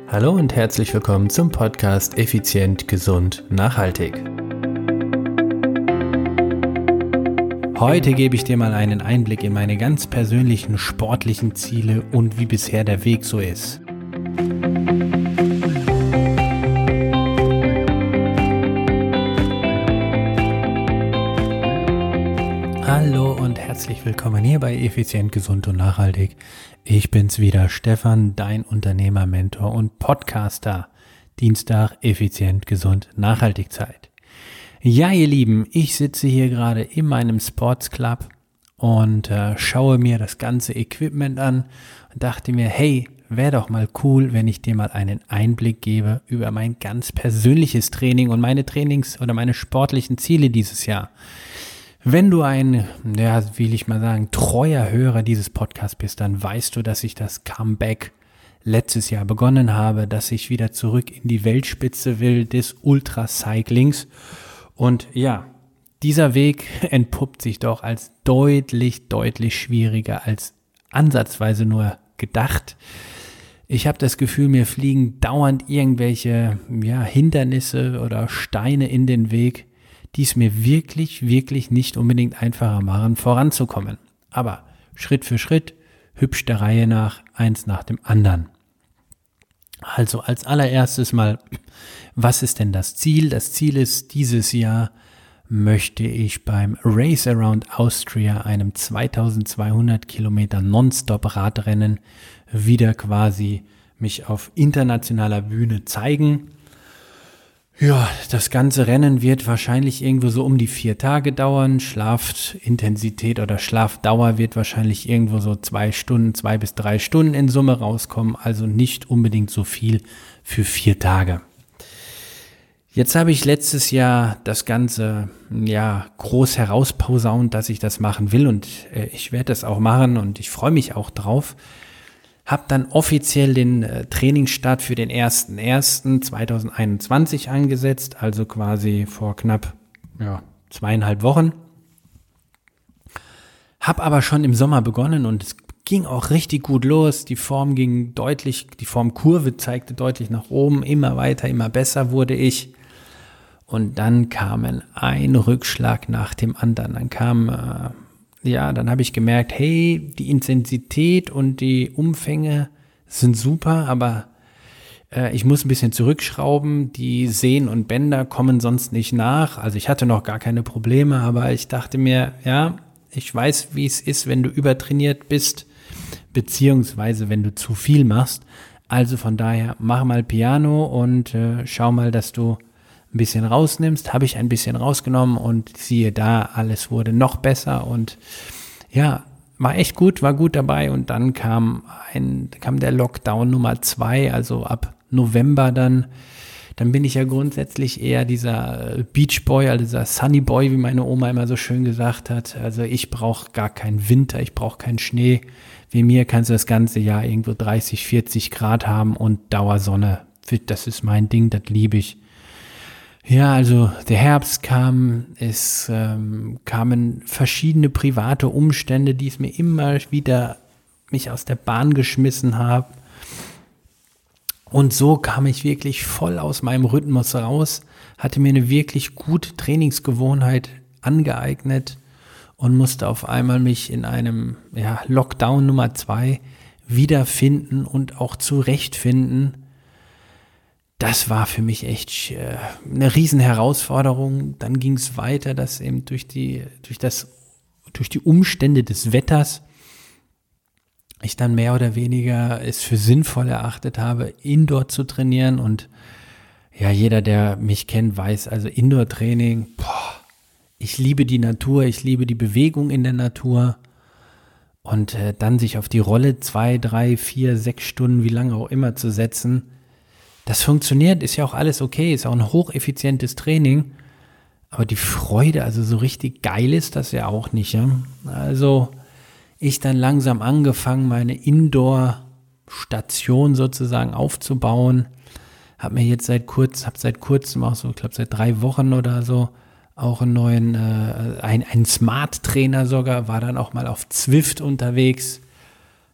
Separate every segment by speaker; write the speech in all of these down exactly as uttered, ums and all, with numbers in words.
Speaker 1: Hallo und herzlich willkommen zum Podcast Effizient, Gesund, Nachhaltig. Heute gebe ich dir mal einen Einblick in meine ganz persönlichen sportlichen Ziele und wie bisher der Weg so ist. Hallo und herzlich willkommen hier bei Effizient, Gesund und Nachhaltig. Ich bin's wieder, Stefan, dein Unternehmer, Mentor und Podcaster. Dienstag, Effizient, Gesund, Nachhaltig Zeit. Ja, ihr Lieben, ich sitze hier gerade in meinem Sports Club und äh, schaue mir das ganze Equipment an und dachte mir, hey, wäre doch mal cool, wenn ich dir mal einen Einblick gebe über mein ganz persönliches Training und meine Trainings- oder meine sportlichen Ziele dieses Jahr. Wenn du ein, ja, will ich mal sagen, treuer Hörer dieses Podcasts bist, dann weißt du, dass ich das Comeback letztes Jahr begonnen habe, dass ich wieder zurück in die Weltspitze will des Ultracyclings. Und ja, dieser Weg entpuppt sich doch als deutlich, deutlich schwieriger als ansatzweise nur gedacht. Ich habe das Gefühl, mir fliegen dauernd irgendwelche ja, Hindernisse oder Steine in den Weg, die es mir wirklich, wirklich nicht unbedingt einfacher machen, voranzukommen. Aber Schritt für Schritt, hübsch der Reihe nach, eins nach dem anderen. Also als allererstes mal, was ist denn das Ziel? Das Ziel ist, dieses Jahr möchte ich beim Race Around Austria, einem zweitausendzweihundert Kilometer Nonstop-Radrennen, wieder quasi mich auf internationaler Bühne zeigen. Ja, das ganze Rennen wird wahrscheinlich irgendwo so um die vier Tage dauern. Schlafintensität oder Schlafdauer wird wahrscheinlich irgendwo so zwei Stunden, zwei bis drei Stunden in Summe rauskommen. Also nicht unbedingt so viel für vier Tage. Jetzt habe ich letztes Jahr das Ganze ja groß herausposaunt, dass ich das machen will und äh, ich werde das auch machen und ich freue mich auch drauf. Habe dann offiziell den äh, Trainingsstart für den ersten ersten zweitausendeinundzwanzig angesetzt, also quasi vor knapp ja, zweieinhalb Wochen. Habe aber schon im Sommer begonnen und es ging auch richtig gut los. Die Form ging deutlich, die Formkurve zeigte deutlich nach oben, immer weiter, immer besser wurde ich. Und dann kam ein Rückschlag nach dem anderen. Dann kam äh, Ja, dann habe ich gemerkt, hey, die Intensität und die Umfänge sind super, aber äh, ich muss ein bisschen zurückschrauben. Die Sehnen und Bänder kommen sonst nicht nach. Also ich hatte noch gar keine Probleme, aber ich dachte mir, ja, ich weiß, wie es ist, wenn du übertrainiert bist, beziehungsweise wenn du zu viel machst. Also von daher, mach mal Piano und äh, schau mal, dass du ein bisschen rausnimmst, habe ich ein bisschen rausgenommen und siehe da, alles wurde noch besser und ja, war echt gut, war gut dabei und dann kam ein, kam der Lockdown Nummer zwei, also ab November dann, dann bin ich ja grundsätzlich eher dieser Beach Boy, also dieser Sunny Boy, wie meine Oma immer so schön gesagt hat, also ich brauche gar keinen Winter, ich brauche keinen Schnee, wie mir kannst du das ganze Jahr irgendwo dreißig, vierzig Grad haben und Dauersonne, das ist mein Ding, das liebe ich. Ja, also der Herbst kam, es ähm, kamen verschiedene private Umstände, die es mir immer wieder mich aus der Bahn geschmissen haben. Und so kam ich wirklich voll aus meinem Rhythmus raus, hatte mir eine wirklich gute Trainingsgewohnheit angeeignet und musste auf einmal mich in einem ja, Lockdown Nummer zwei wiederfinden und auch zurechtfinden. Das war für mich echt äh, eine riesen Herausforderung. Dann ging es weiter, dass eben durch die, durch das, durch die Umstände des Wetters ich dann mehr oder weniger es für sinnvoll erachtet habe, Indoor zu trainieren. Und ja, jeder, der mich kennt, weiß, also Indoor-Training, boah, ich liebe die Natur, ich liebe die Bewegung in der Natur. Und äh, dann sich auf die Rolle zwei, drei, vier, sechs Stunden, wie lange auch immer zu setzen, das funktioniert, ist ja auch alles okay, ist auch ein hocheffizientes Training, aber die Freude, also so richtig geil ist das ja auch nicht. Ja? Also ich dann langsam angefangen, meine Indoor-Station sozusagen aufzubauen, habe mir jetzt seit kurz, habe seit kurzem auch so, ich glaube seit drei Wochen oder so, auch einen neuen, äh, ein, einen Smart-Trainer sogar, war dann auch mal auf Zwift unterwegs.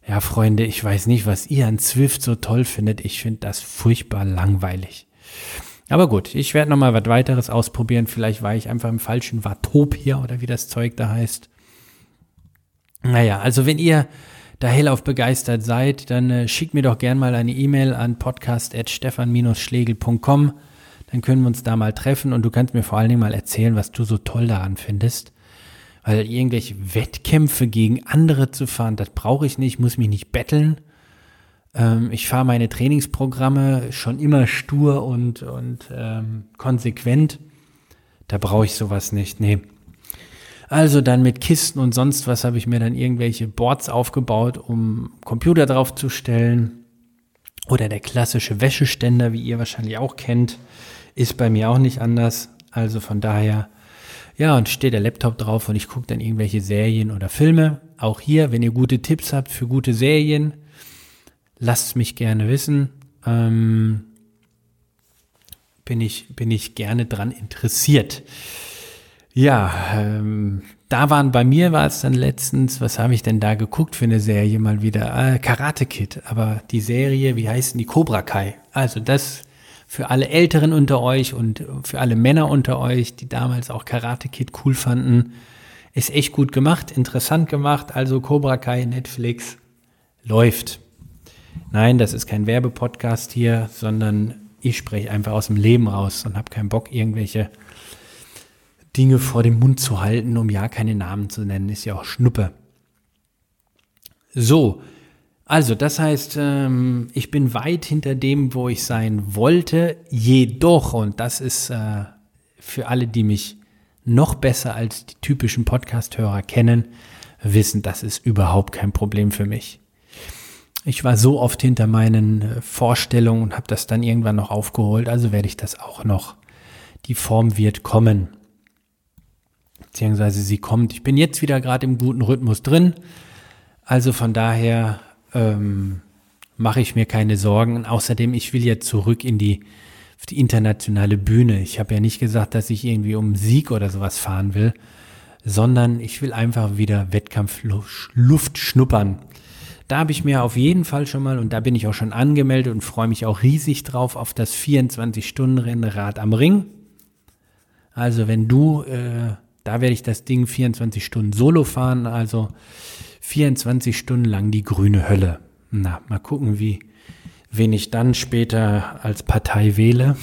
Speaker 1: Ja, Freunde, ich weiß nicht, was ihr an Zwift so toll findet. Ich finde das furchtbar langweilig. Aber gut, ich werde nochmal was weiteres ausprobieren. Vielleicht war ich einfach im falschen Watopia oder wie das Zeug da heißt. Naja, also wenn ihr da hellauf begeistert seid, dann äh, schickt mir doch gern mal eine E-Mail an podcast at stefan schlegel punkt com. Dann können wir uns da mal treffen und du kannst mir vor allen Dingen mal erzählen, was du so toll daran findest. Weil irgendwelche Wettkämpfe gegen andere zu fahren, das brauche ich nicht, muss mich nicht betteln. Ähm, ich fahre meine Trainingsprogramme schon immer stur und, und ähm, konsequent. Da brauche ich sowas nicht, nee. Also dann mit Kisten und sonst was habe ich mir dann irgendwelche Boards aufgebaut, um Computer drauf zu stellen. Oder der klassische Wäscheständer, wie ihr wahrscheinlich auch kennt, ist bei mir auch nicht anders. Also von daher, ja, und steht der Laptop drauf und ich gucke dann irgendwelche Serien oder Filme. Auch hier, wenn ihr gute Tipps habt für gute Serien, lasst es mich gerne wissen. Ähm, bin ich, bin ich gerne dran interessiert. Ja, ähm, da waren bei mir, war es dann letztens, was habe ich denn da geguckt für eine Serie mal wieder? Äh, Karate Kid, aber die Serie, wie heißt denn die? Cobra Kai. Also das für alle Älteren unter euch und für alle Männer unter euch, die damals auch Karate Kid cool fanden, ist echt gut gemacht, interessant gemacht. Also Cobra Kai, Netflix, läuft. Nein, das ist kein Werbepodcast hier, sondern ich spreche einfach aus dem Leben raus und habe keinen Bock, irgendwelche Dinge vor dem Mund zu halten, um ja keine Namen zu nennen, ist ja auch Schnuppe. So, also das heißt, ähm, ich bin weit hinter dem, wo ich sein wollte, jedoch, und das ist äh, für alle, die mich noch besser als die typischen Podcast-Hörer kennen, wissen, das ist überhaupt kein Problem für mich. Ich war so oft hinter meinen äh, Vorstellungen und habe das dann irgendwann noch aufgeholt, also werde ich das auch noch. Die Form wird kommen. Beziehungsweise sie kommt. Ich bin jetzt wieder gerade im guten Rhythmus drin. Also von daher ähm, mache ich mir keine Sorgen. Und außerdem, ich will jetzt zurück in die, auf die internationale Bühne. Ich habe ja nicht gesagt, dass ich irgendwie um Sieg oder sowas fahren will, sondern ich will einfach wieder Wettkampfluft schnuppern. Da habe ich mir auf jeden Fall schon mal, und da bin ich auch schon angemeldet und freue mich auch riesig drauf, auf das vierundzwanzig-Stunden-Rennen Rad am Ring. Also wenn du... Äh, Da werde ich das Ding vierundzwanzig Stunden solo fahren, also vierundzwanzig Stunden lang die grüne Hölle. Na, mal gucken, wie, wen ich dann später als Partei wähle.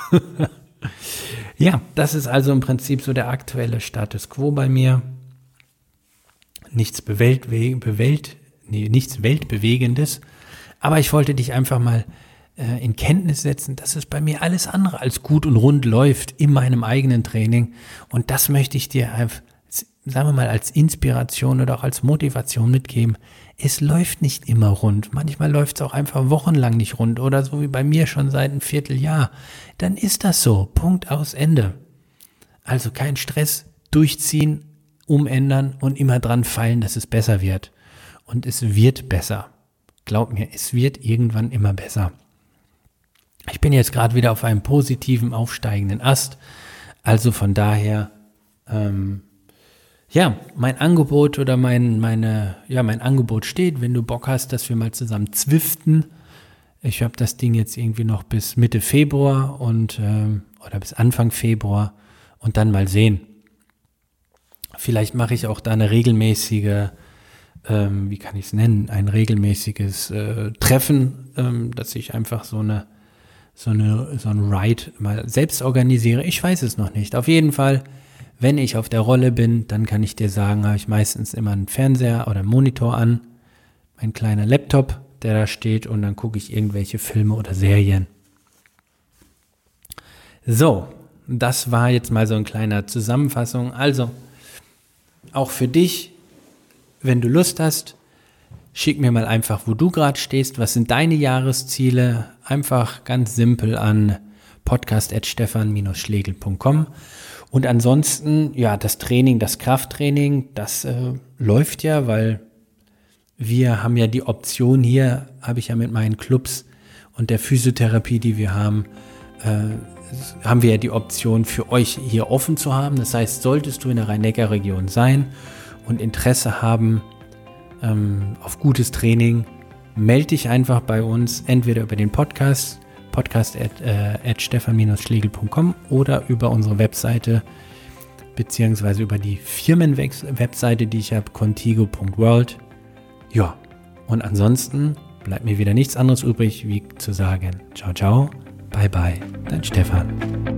Speaker 1: Ja, das ist also im Prinzip so der aktuelle Status quo bei mir. Nichts bewelt, bewelt, nee, nichts Weltbewegendes. Aber ich wollte dich einfach mal äh, in Kenntnis setzen, dass es bei mir alles andere als gut und rund läuft in meinem eigenen Training. Und das möchte ich dir einfach, sagen wir mal, als Inspiration oder auch als Motivation mitgeben. Es läuft nicht immer rund. Manchmal läuft es auch einfach wochenlang nicht rund oder so wie bei mir schon seit einem Vierteljahr. Dann ist das so. Punkt, aus, Ende. Also kein Stress, durchziehen, umändern und immer dran feilen, dass es besser wird. Und es wird besser. Glaub mir, es wird irgendwann immer besser. Ich bin jetzt gerade wieder auf einem positiven, aufsteigenden Ast. Also von daher, ähm, ja, mein Angebot oder mein, meine, ja, mein Angebot steht, wenn du Bock hast, dass wir mal zusammen zwiften. Ich habe das Ding jetzt irgendwie noch bis Mitte Februar und ähm, oder bis Anfang Februar und dann mal sehen. Vielleicht mache ich auch da eine regelmäßige, ähm, wie kann ich es nennen, ein regelmäßiges äh, Treffen, ähm, dass ich einfach so eine so eine so ein Ride mal selbst organisiere. Ich weiß es noch nicht. Auf jeden Fall, wenn ich auf der Rolle bin, dann kann ich dir sagen, habe ich meistens immer einen Fernseher oder einen Monitor an, mein kleiner Laptop, der da steht, und dann gucke ich irgendwelche Filme oder Serien. So, das war jetzt mal so eine kleine Zusammenfassung. Also, auch für dich, wenn du Lust hast, schick mir mal einfach, wo du gerade stehst. Was sind deine Jahresziele? Einfach ganz simpel an podcast at stefan schlegel punkt com. Und ansonsten, ja, das Training, das Krafttraining, das äh, läuft ja, weil wir haben ja die Option hier, habe ich ja mit meinen Clubs und der Physiotherapie, die wir haben, äh, haben wir ja die Option für euch hier offen zu haben. Das heißt, solltest du in der Rhein-Neckar-Region sein und Interesse haben, ähm, auf gutes Training, melde dich einfach bei uns, entweder über den Podcast, podcast at, äh, at stefan schlegel punkt com oder über unsere Webseite, beziehungsweise über die Firmenwebseite, die ich habe, contigo punkt world. Ja, und ansonsten bleibt mir wieder nichts anderes übrig, wie zu sagen, ciao, ciao, bye, bye, dein Stefan.